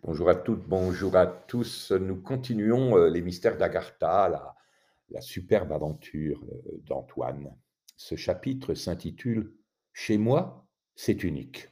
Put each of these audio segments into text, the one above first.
Bonjour à toutes, bonjour à tous. Nous continuons les mystères d'Agartha, la superbe aventure d'Antoine. Ce chapitre s'intitule Chez moi, c'est unique.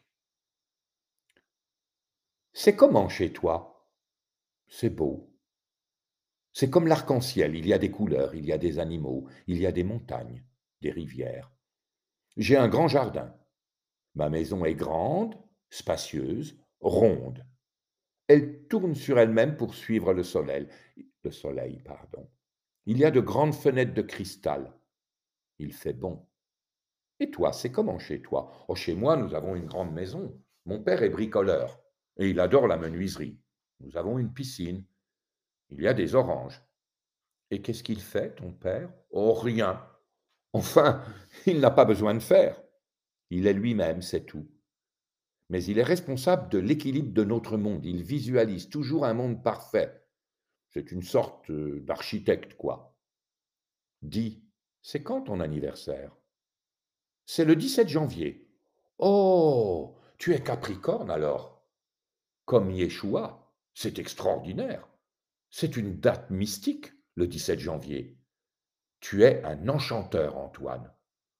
C'est comment chez toi? C'est beau. C'est comme l'arc-en-ciel, il y a des couleurs, il y a des animaux, il y a des montagnes, des rivières. J'ai un grand jardin. Ma maison est grande, spacieuse, ronde. Elle tourne sur elle-même pour suivre le soleil. Le soleil, pardon. Il y a de grandes fenêtres de cristal. Il fait bon. Et toi, c'est comment chez toi? Oh, chez moi, nous avons une grande maison. Mon père est bricoleur et il adore la menuiserie. Nous avons une piscine. Il y a des oranges. Et qu'est-ce qu'il fait, ton père? Oh, rien. Enfin, il n'a pas besoin de faire. Il est lui-même, c'est tout. Mais il est responsable de l'équilibre de notre monde. Il visualise toujours un monde parfait. C'est une sorte d'architecte, quoi. Dis, c'est quand ton anniversaire? C'est le 17 janvier. Oh, tu es Capricorne alors? Comme Yeshua. C'est extraordinaire. C'est une date mystique, le 17 janvier. Tu es un enchanteur, Antoine.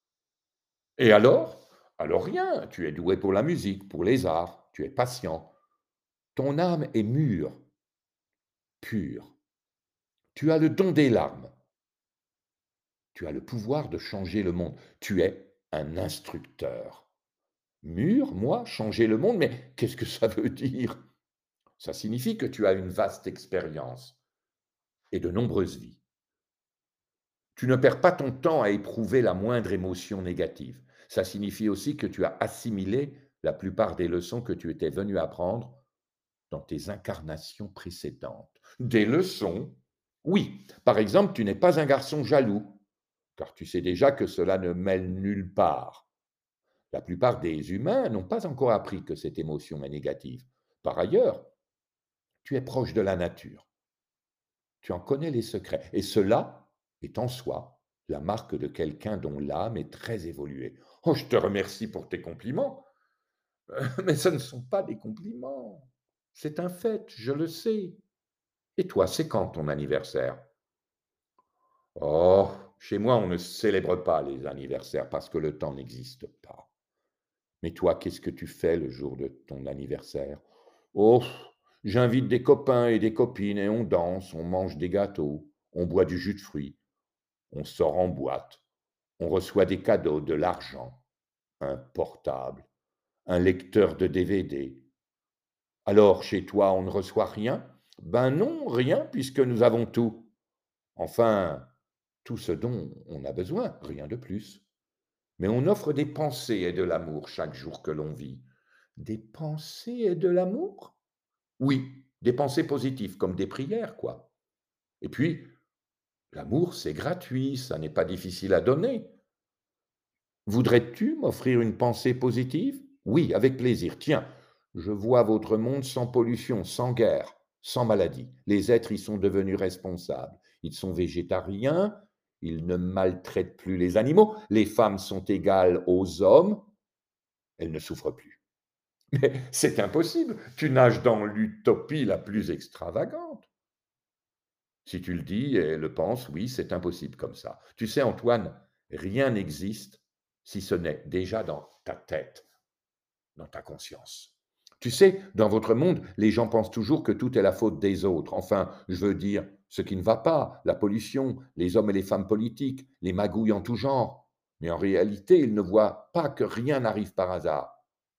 Et alors? Alors rien, tu es doué pour la musique, pour les arts, tu es patient. Ton âme est mûre, pure. Tu as le don des larmes. Tu as le pouvoir de changer le monde. Tu es un instructeur. Mûr, moi, changer le monde, mais qu'est-ce que ça veut dire? Ça signifie que tu as une vaste expérience et de nombreuses vies. Tu ne perds pas ton temps à éprouver la moindre émotion négative. Ça signifie aussi que tu as assimilé la plupart des leçons que tu étais venu apprendre dans tes incarnations précédentes. Des leçons? Oui. Par exemple, tu n'es pas un garçon jaloux, car tu sais déjà que cela ne mène nulle part. La plupart des humains n'ont pas encore appris que cette émotion est négative. Par ailleurs, tu es proche de la nature. Tu en connais les secrets. Et cela est en soi la marque de quelqu'un dont l'âme est très évoluée. Oh, je te remercie pour tes compliments, mais ce ne sont pas des compliments. C'est un fait, je le sais. Et toi, c'est quand ton anniversaire? Oh, chez moi, on ne célèbre pas les anniversaires parce que le temps n'existe pas. Mais toi, qu'est-ce que tu fais le jour de ton anniversaire? Oh, j'invite des copains et des copines et on danse, on mange des gâteaux, on boit du jus de fruits. On sort en boîte, on reçoit des cadeaux, de l'argent, un portable, un lecteur de DVD. Alors, chez toi, on ne reçoit rien? Ben non, rien, puisque nous avons tout. Enfin, tout ce dont on a besoin, rien de plus. Mais on offre des pensées et de l'amour chaque jour que l'on vit. Des pensées et de l'amour? Oui, des pensées positives, comme des prières, quoi. Et puis, l'amour, c'est gratuit, ça n'est pas difficile à donner. Voudrais-tu m'offrir une pensée positive? Oui, avec plaisir. Tiens, je vois votre monde sans pollution, sans guerre, sans maladie. Les êtres y sont devenus responsables. Ils sont végétariens, ils ne maltraitent plus les animaux, les femmes sont égales aux hommes, elles ne souffrent plus. Mais c'est impossible, tu nages dans l'utopie la plus extravagante. Si tu le dis et le penses, oui, c'est impossible comme ça. Tu sais, Antoine, rien n'existe si ce n'est déjà dans ta tête, dans ta conscience. Tu sais, dans votre monde, les gens pensent toujours que tout est la faute des autres. Enfin, je veux dire, ce qui ne va pas, la pollution, les hommes et les femmes politiques, les magouilles en tout genre. Mais en réalité, ils ne voient pas que rien n'arrive par hasard.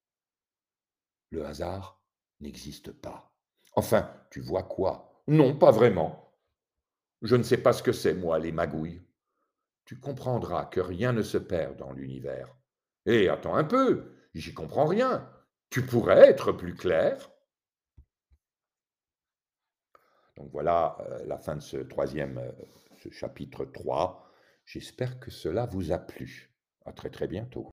Le hasard n'existe pas. Enfin, tu vois quoi? Non, pas vraiment. Je ne sais pas ce que c'est, moi, les magouilles. Tu comprendras que rien ne se perd dans l'univers. Et attends un peu, j'y comprends rien. Tu pourrais être plus clair? Donc voilà la fin de ce ce chapitre 3. J'espère que cela vous a plu. À très très bientôt.